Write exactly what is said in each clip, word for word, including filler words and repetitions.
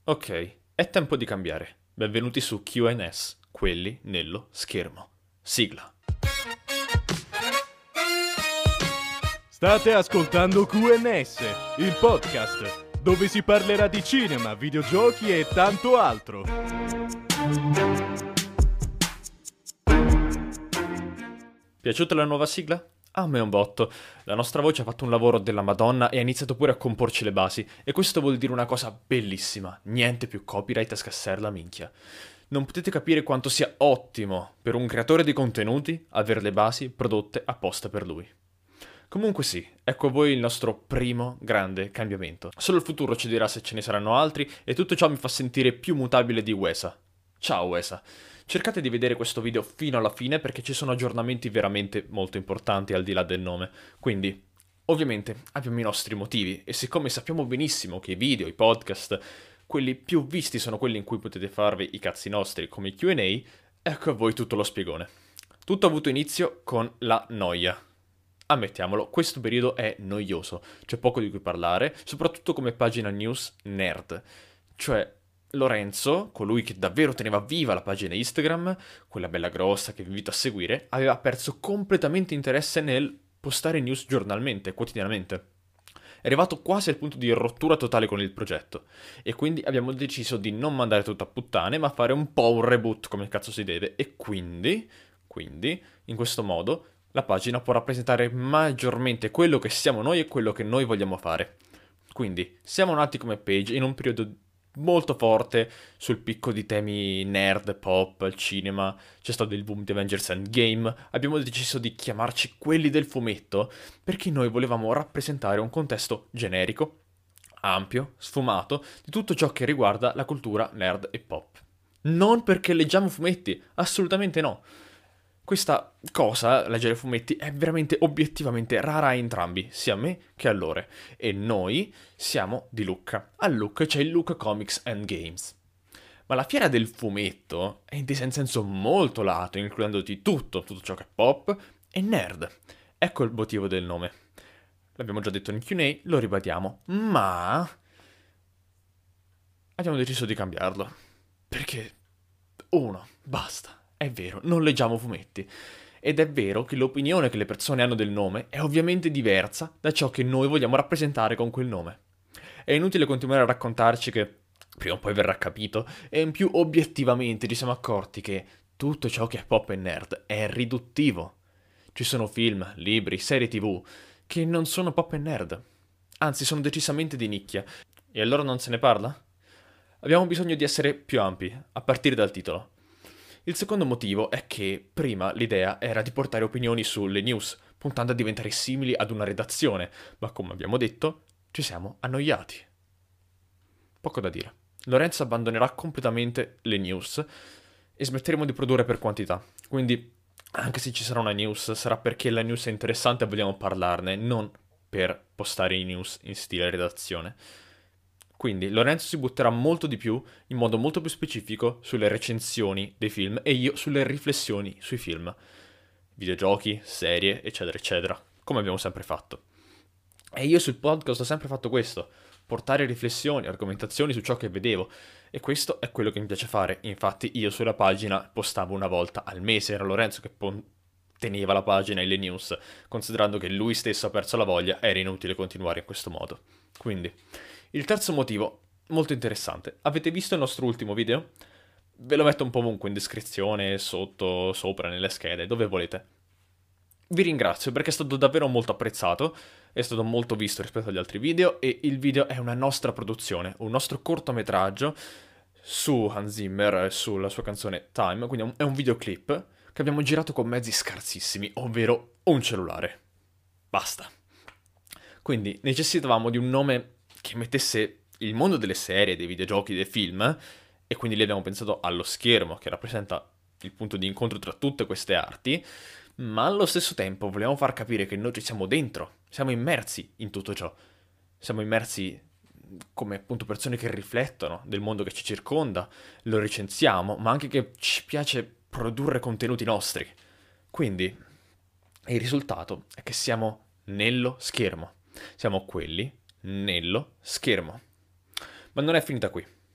Ok, è tempo di cambiare. Benvenuti su Q and S, quelli nello schermo. Sigla. State ascoltando Q and S, il podcast dove si parlerà di cinema, videogiochi e tanto altro. Piaciuta la nuova sigla? A me un botto. La nostra voce ha fatto un lavoro della Madonna e ha iniziato pure a comporci le basi. E questo vuol dire una cosa bellissima. Niente più copyright a scassare la minchia. Non potete capire quanto sia ottimo per un creatore di contenuti avere le basi prodotte apposta per lui. Comunque sì, ecco a voi il nostro primo grande cambiamento. Solo il futuro ci dirà se ce ne saranno altri e tutto ciò mi fa sentire più mutabile di Wesa. Ciao Wesa. Cercate di vedere questo video fino alla fine perché ci sono aggiornamenti veramente molto importanti al di là del nome. Quindi, ovviamente, abbiamo i nostri motivi e siccome sappiamo benissimo che i video, i podcast, quelli più visti sono quelli in cui potete farvi i cazzi nostri come i Q and A, ecco a voi tutto lo spiegone. Tutto ha avuto inizio con la noia. Ammettiamolo, questo periodo è noioso, c'è poco di cui parlare, soprattutto come pagina news nerd. Cioè, Lorenzo, colui che davvero teneva viva la pagina Instagram, quella bella grossa che vi invito a seguire, aveva perso completamente interesse nel postare news giornalmente, quotidianamente. È arrivato quasi al punto di rottura totale con il progetto, e quindi abbiamo deciso di non mandare tutto a puttane, ma fare un po' un reboot come cazzo si deve, e quindi, quindi, in questo modo, la pagina può rappresentare maggiormente quello che siamo noi e quello che noi vogliamo fare. Quindi, siamo nati come page in un periodo molto forte sul picco di temi nerd, pop, cinema, c'è stato il boom di Avengers Endgame, abbiamo deciso di chiamarci quelli del fumetto perché noi volevamo rappresentare un contesto generico, ampio, sfumato, di tutto ciò che riguarda la cultura nerd e pop. Non perché leggiamo fumetti, assolutamente no. Questa cosa, leggere fumetti, è veramente obiettivamente rara a entrambi, sia a me che a loro. E noi siamo di Lucca. A Lucca c'è il Lucca Comics and Games. Ma la fiera del fumetto è intesa in senso molto lato, includendoti tutto, tutto ciò che è pop e nerd. Ecco il motivo del nome. L'abbiamo già detto in Q and A, lo ribadiamo, ma abbiamo deciso di cambiarlo. Perché, uno, basta. È vero, non leggiamo fumetti. Ed è vero che l'opinione che le persone hanno del nome è ovviamente diversa da ciò che noi vogliamo rappresentare con quel nome. È inutile continuare a raccontarci che prima o poi verrà capito, e in più obiettivamente ci siamo accorti che tutto ciò che è pop e nerd è riduttivo. Ci sono film, libri, serie tv che non sono pop e nerd. Anzi, sono decisamente di nicchia. E allora non se ne parla? Abbiamo bisogno di essere più ampi, a partire dal titolo. Il secondo motivo è che prima l'idea era di portare opinioni sulle news, puntando a diventare simili ad una redazione, ma come abbiamo detto, ci siamo annoiati. Poco da dire. Lorenzo abbandonerà completamente le news e smetteremo di produrre per quantità. Quindi, anche se ci sarà una news, sarà perché la news è interessante e vogliamo parlarne, non per postare i news in stile redazione. Quindi Lorenzo si butterà molto di più, in modo molto più specifico, sulle recensioni dei film e io sulle riflessioni sui film. Videogiochi, serie, eccetera, eccetera, come abbiamo sempre fatto. E io sul podcast ho sempre fatto questo, portare riflessioni, argomentazioni su ciò che vedevo. E questo è quello che mi piace fare. Infatti io sulla pagina postavo una volta al mese, era Lorenzo che pon- teneva la pagina e le news, considerando che lui stesso ha perso la voglia, era inutile continuare in questo modo. Quindi, il terzo motivo, molto interessante. Avete visto il nostro ultimo video? Ve lo metto un po' ovunque in descrizione, sotto, sopra, nelle schede, dove volete. Vi ringrazio perché è stato davvero molto apprezzato, è stato molto visto rispetto agli altri video e il video è una nostra produzione, un nostro cortometraggio su Hans Zimmer e sulla sua canzone Time, quindi è un videoclip che abbiamo girato con mezzi scarsissimi, ovvero un cellulare. Basta. Quindi necessitavamo di un nome che mettesse il mondo delle serie, dei videogiochi, dei film, e quindi lì abbiamo pensato allo schermo, che rappresenta il punto di incontro tra tutte queste arti, ma allo stesso tempo volevamo far capire che noi ci siamo dentro, siamo immersi in tutto ciò, siamo immersi come appunto persone che riflettono del mondo che ci circonda, lo recensiamo, ma anche che ci piace produrre contenuti nostri. Quindi il risultato è che siamo nello schermo, siamo quelli nello schermo. Ma non è finita qui.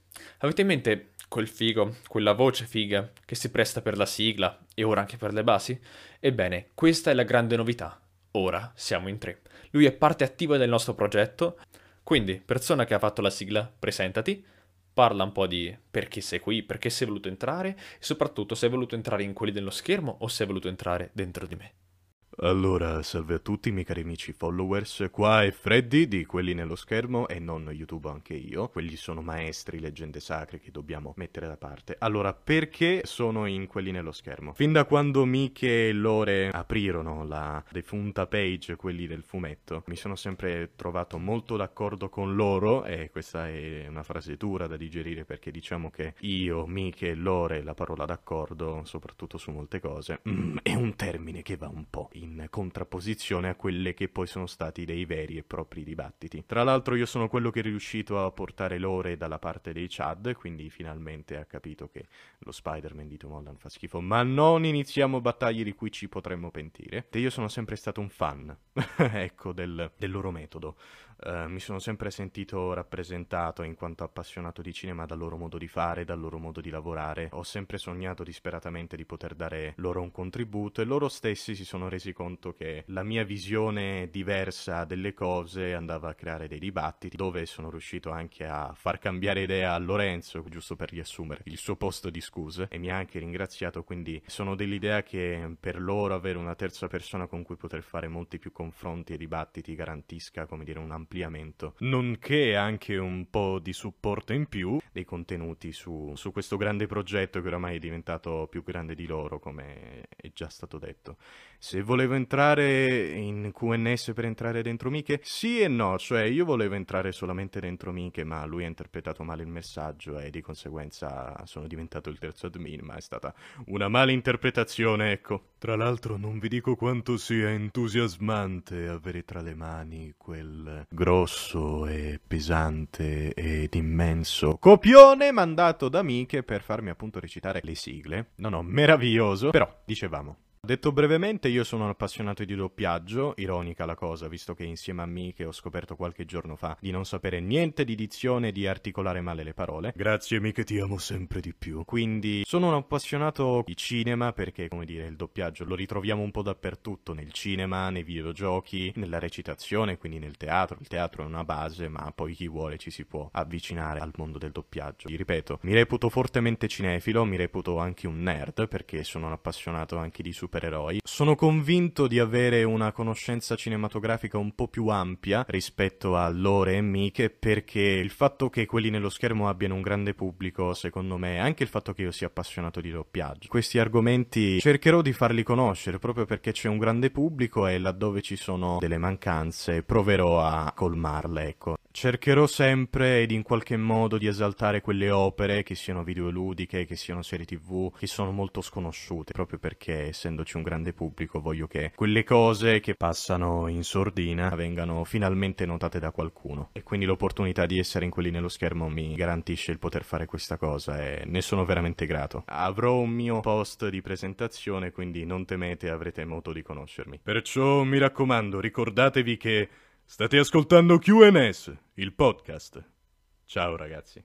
Avete in mente quel figo, quella voce figa che si presta per la sigla e ora anche per le basi? Ebbene, questa è la grande novità. Ora siamo in tre. Lui è parte attiva del nostro progetto, quindi, persona che ha fatto la sigla, presentati, parla un po' di perché sei qui, perché sei voluto entrare e soprattutto se hai voluto entrare in quelli dello schermo o se hai voluto entrare dentro di me. Allora, salve a tutti miei cari amici followers, qua è Freddy di Quelli nello Schermo e non YouTube anche io, quelli sono maestri, leggende sacre che dobbiamo mettere da parte. Allora, perché sono in Quelli nello Schermo? Fin da quando Mike e Lore aprirono la defunta page, quelli del fumetto, mi sono sempre trovato molto d'accordo con loro e questa è una frase dura da digerire perché diciamo che io, Mike e Lore, la parola d'accordo, soprattutto su molte cose, mm, è un termine che va un po' in in contrapposizione a quelle che poi sono stati dei veri e propri dibattiti. Tra l'altro io sono quello che è riuscito a portare Lore dalla parte dei Chad, quindi finalmente ha capito che lo Spider-Man di Tom Holland fa schifo, ma non iniziamo battaglie di cui ci potremmo pentire. E io sono sempre stato un fan, ecco, del, del loro metodo. Uh, mi sono sempre sentito rappresentato in quanto appassionato di cinema dal loro modo di fare, dal loro modo di lavorare. Ho sempre sognato disperatamente di poter dare loro un contributo e loro stessi si sono resi conto che la mia visione diversa delle cose andava a creare dei dibattiti dove sono riuscito anche a far cambiare idea a Lorenzo, giusto per riassumere il suo posto di scuse, e mi ha anche ringraziato, quindi sono dell'idea che per loro avere una terza persona con cui poter fare molti più confronti e dibattiti garantisca, come dire, un ampliamento, nonché anche un po' di supporto in più dei contenuti su, su questo grande progetto che oramai è diventato più grande di loro, come è già stato detto. Se volevo entrare in Q N S per entrare dentro Mike, sì e no, cioè io volevo entrare solamente dentro Mike, ma lui ha interpretato male il messaggio e di conseguenza sono diventato il terzo admin, ma è stata una mala interpretazione, ecco. Tra l'altro non vi dico quanto sia entusiasmante avere tra le mani quel grosso e pesante ed immenso copione mandato da Mike per farmi appunto recitare le sigle. No, no, meraviglioso, però, dicevamo. Detto brevemente, io sono un appassionato di doppiaggio, ironica la cosa, visto che insieme a Mike ho scoperto qualche giorno fa di non sapere niente di dizione e di articolare male le parole. Grazie Mike, ti amo sempre di più. Quindi sono un appassionato di cinema perché, come dire, il doppiaggio lo ritroviamo un po' dappertutto, nel cinema, nei videogiochi, nella recitazione, quindi nel teatro. Il teatro è una base, ma poi chi vuole ci si può avvicinare al mondo del doppiaggio. Vi ripeto, mi reputo fortemente cinefilo, mi reputo anche un nerd perché sono un appassionato anche di supereroi. Sono convinto di avere una conoscenza cinematografica un po' più ampia rispetto a Lore e Mike perché il fatto che quelli nello schermo abbiano un grande pubblico, secondo me, anche il fatto che io sia appassionato di doppiaggio, questi argomenti cercherò di farli conoscere proprio perché c'è un grande pubblico e laddove ci sono delle mancanze proverò a colmarle, ecco. Cercherò sempre ed in qualche modo di esaltare quelle opere, che siano videoludiche, che siano serie tv, che sono molto sconosciute, proprio perché essendoci un grande pubblico voglio che quelle cose che passano in sordina vengano finalmente notate da qualcuno. E quindi l'opportunità di essere in quelli nello schermo mi garantisce il poter fare questa cosa e ne sono veramente grato. Avrò un mio post di presentazione, quindi non temete, avrete modo di conoscermi. Perciò mi raccomando, ricordatevi che state ascoltando Q N S, il podcast. Ciao ragazzi.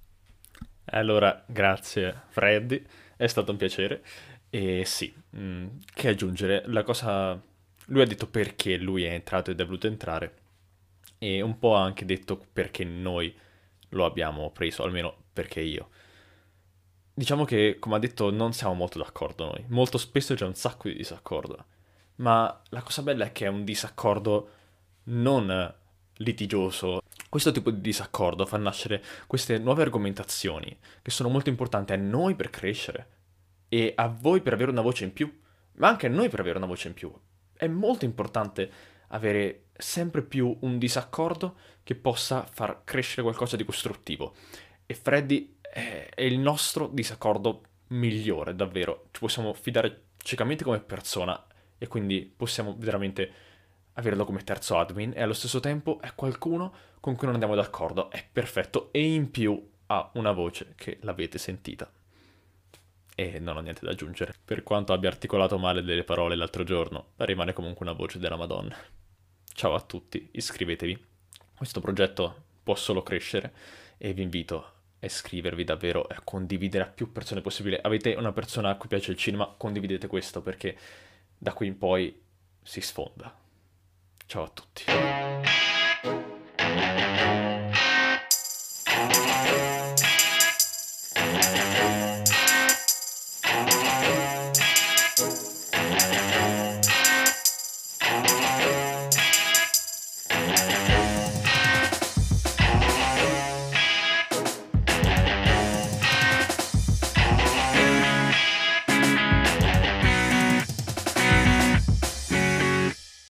Allora, grazie Freddy, è stato un piacere. E sì, mh, che aggiungere, la cosa... Lui ha detto perché lui è entrato ed è voluto entrare e un po' ha anche detto perché noi lo abbiamo preso, almeno perché io. Diciamo che, come ha detto, non siamo molto d'accordo noi. Molto spesso c'è un sacco di disaccordo. Ma la cosa bella è che è un disaccordo non litigioso. Questo tipo di disaccordo fa nascere queste nuove argomentazioni che sono molto importanti a noi per crescere e a voi per avere una voce in più, ma anche a noi per avere una voce in più. È molto importante avere sempre più un disaccordo che possa far crescere qualcosa di costruttivo. E Freddy è, è il nostro disaccordo migliore, davvero. Ci possiamo fidare ciecamente come persona e quindi possiamo veramente averlo come terzo admin e allo stesso tempo è qualcuno con cui non andiamo d'accordo. È perfetto e in più ha una voce che l'avete sentita. E non ho niente da aggiungere. Per quanto abbia articolato male delle parole l'altro giorno, rimane comunque una voce della Madonna. Ciao a tutti, iscrivetevi. Questo progetto può solo crescere e vi invito è iscrivervi davvero e condividere a più persone possibile. Avete una persona a cui piace il cinema, condividete questo perché da qui in poi si sfonda. Ciao a tutti.